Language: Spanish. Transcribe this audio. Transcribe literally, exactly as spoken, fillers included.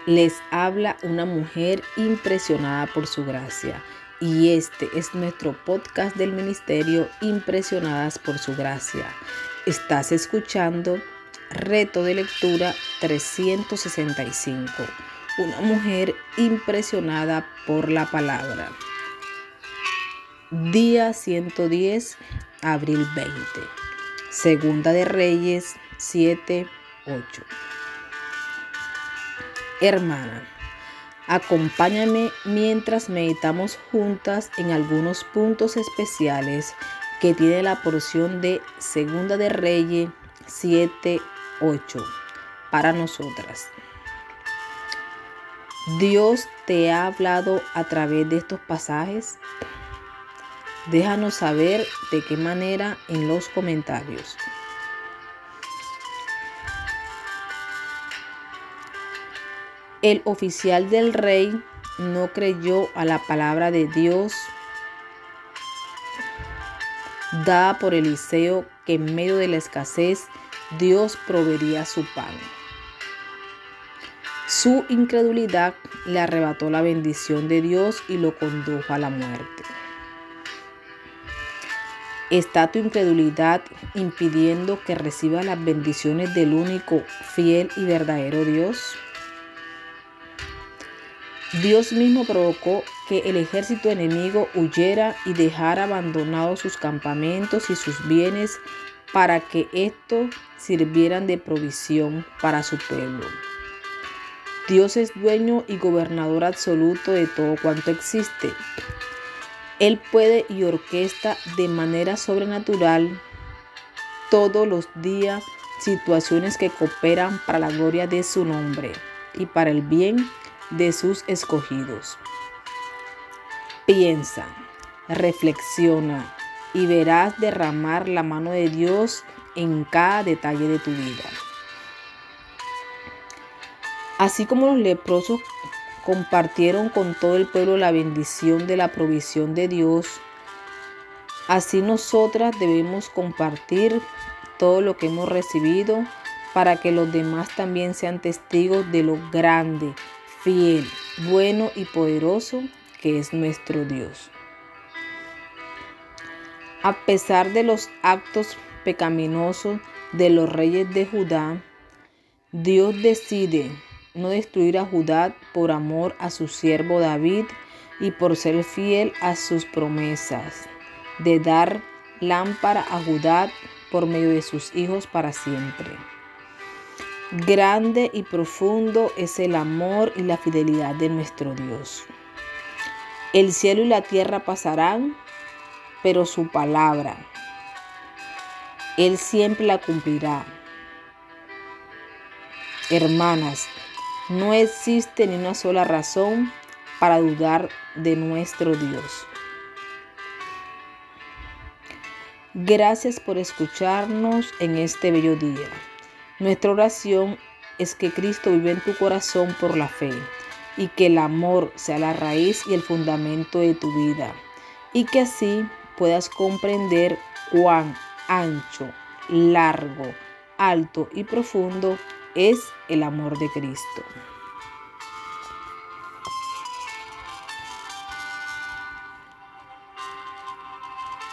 Les habla una mujer impresionada por su gracia. Y este es nuestro podcast del ministerio Impresionadas por su gracia. Estás escuchando Reto de Lectura trescientos sesenta y cinco. Una mujer impresionada por la palabra. Día ciento diez, abril veinte. Segunda de Reyes siete, ocho. Hermana, acompáñame mientras meditamos juntas en algunos puntos especiales que tiene la porción de Segunda de Reyes siete, ocho para nosotras. ¿Dios te ha hablado a través de estos pasajes? Déjanos saber de qué manera en los comentarios. El oficial del rey no creyó a la palabra de Dios dada por Eliseo, que en medio de la escasez Dios proveería su pan. Su incredulidad le arrebató la bendición de Dios y lo condujo a la muerte. ¿Está tu incredulidad impidiendo que recibas las bendiciones del único, fiel y verdadero Dios? Dios mismo provocó que el ejército enemigo huyera y dejara abandonados sus campamentos y sus bienes para que estos sirvieran de provisión para su pueblo. Dios es dueño y gobernador absoluto de todo cuanto existe. Él puede y orquesta de manera sobrenatural todos los días situaciones que cooperan para la gloria de su nombre y para el bien de sus escogidos. Piensa, reflexiona y verás derramar la mano de Dios en cada detalle de tu vida. Así como los leprosos compartieron con todo el pueblo la bendición de la provisión de Dios, así nosotras debemos compartir todo lo que hemos recibido para que los demás también sean testigos de lo grande, fiel, bueno y poderoso que es nuestro Dios. A pesar de los actos pecaminosos de los reyes de Judá, Dios decide no destruir a Judá por amor a su siervo David y por ser fiel a sus promesas de dar lámpara a Judá por medio de sus hijos para siempre. Grande y profundo es el amor y la fidelidad de nuestro Dios. El cielo y la tierra pasarán, pero su palabra, Él siempre la cumplirá. Hermanas, no existe ni una sola razón para dudar de nuestro Dios. Gracias por escucharnos en este bello día. Nuestra oración es que Cristo vive en tu corazón por la fe y que el amor sea la raíz y el fundamento de tu vida y que así puedas comprender cuán ancho, largo, alto y profundo es el amor de Cristo.